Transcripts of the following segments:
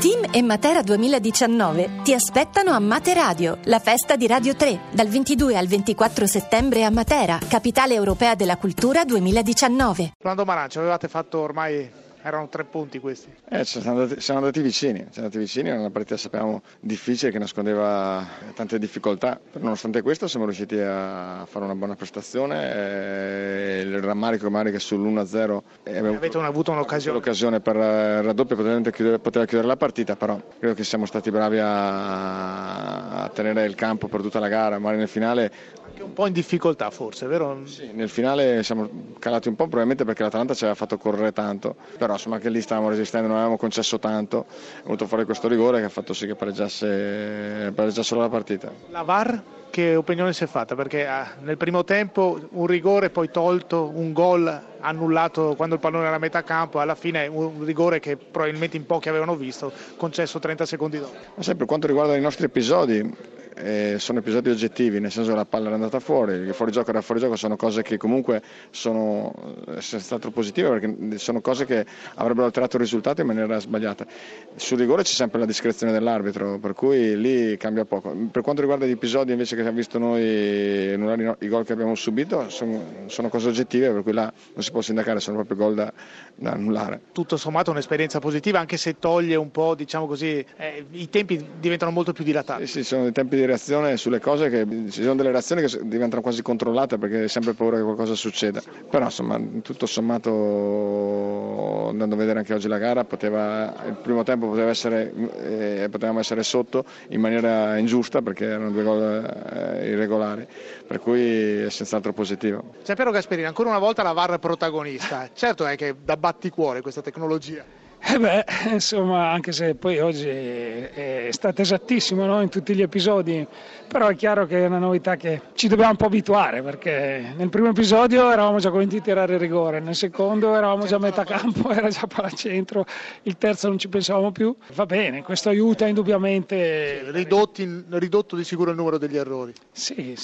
Team e Matera 2019 ti aspettano a Materadio, la festa di Radio 3, dal 22 al 24 settembre a Matera, capitale europea della cultura 2019. Orlando Marancio, avevate fatto ormai... Erano 3 punti questi. Siamo andati vicini, era una partita sapevamo difficile che nascondeva tante difficoltà, nonostante questo siamo riusciti a fare una buona prestazione, il rammarico magari che sull'1-0 avete avuto l'occasione per il raddoppio, poteva chiudere la partita, però credo che siamo stati bravi a tenere il campo per tutta la gara, magari nel finale anche un po' in difficoltà forse, vero? Sì, nel finale siamo calati un po', probabilmente perché l'Atalanta ci aveva fatto correre tanto, però insomma anche lì stavamo resistendo, non avevamo concesso tanto, è venuto fuori questo rigore che ha fatto sì che pareggiassero la partita. La VAR che opinione si è fatta? Perché nel primo tempo un rigore poi tolto, un gol annullato quando il pallone era a metà campo, alla fine un rigore che probabilmente in pochi avevano visto, concesso 30 secondi dopo. Ma sempre per quanto riguarda i nostri episodi, sono episodi oggettivi, nel senso che la palla era andata fuori, il fuorigioco era fuorigioco, sono cose che comunque sono senz'altro positive perché sono cose che avrebbero alterato il risultato in maniera sbagliata. Sul rigore c'è sempre la discrezione dell'arbitro, per cui lì cambia poco. Per quanto riguarda gli episodi invece che abbiamo visto noi annullare i gol che abbiamo subito, sono cose oggettive, per cui là non si può sindacare, sono proprio gol da annullare. Tutto sommato un'esperienza positiva, anche se toglie un po', diciamo così, i tempi diventano molto più dilatati. Sì, sono dei tempi di reazione sulle cose che ci sono delle reazioni che diventano quasi controllate perché hai sempre paura che qualcosa succeda, però insomma tutto sommato andando a vedere anche oggi la gara il primo tempo potevamo essere sotto in maniera ingiusta perché erano 2 gol irregolari, per cui è senz'altro positivo. C'è Piero Gasperini, ancora una volta la VAR protagonista, certo è che da batticuore questa tecnologia. Insomma, anche se poi oggi è stato esattissimo, no? In tutti gli episodi, però è chiaro che è una novità che ci dobbiamo un po' abituare, perché nel primo episodio eravamo già convinti di tirare il rigore, nel secondo eravamo già a metà campo, era già palacentro, il terzo non ci pensavamo più. Va bene, questo aiuta indubbiamente. Sì, ridotto di sicuro il numero degli errori. Sì,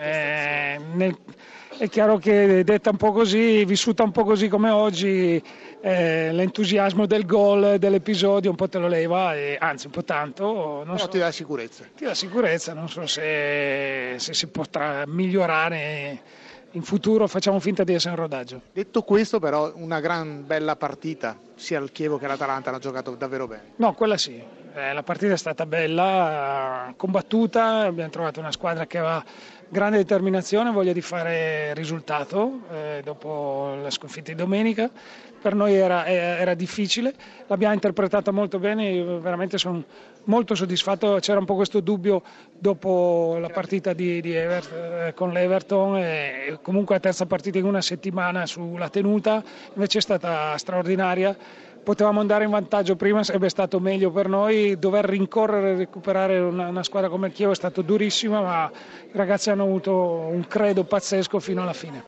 è chiaro che detta un po' così, vissuta un po' così come oggi, l'entusiasmo del gol, dell'episodio un po' te lo leva, anzi un po' tanto. Ti dà sicurezza. Ti dà sicurezza, non so se si potrà migliorare in futuro, facciamo finta di essere in rodaggio. Detto questo però una gran bella partita, sia il Chievo che l'Atalanta hanno giocato davvero bene. No, quella sì, la partita è stata bella, combattuta, abbiamo trovato una squadra che aveva grande determinazione, voglia di fare risultato dopo la sconfitta di domenica. Per noi era difficile, l'abbiamo interpretata molto bene, io veramente sono molto soddisfatto. C'era un po' questo dubbio dopo la partita con l'Everton, e comunque la terza partita in una settimana sulla tenuta, invece è stata straordinaria. Potevamo andare in vantaggio prima, sarebbe stato meglio per noi. Dover rincorrere e recuperare una squadra come il Chievo è stato durissimo, ma i ragazzi hanno avuto un credo pazzesco fino alla fine.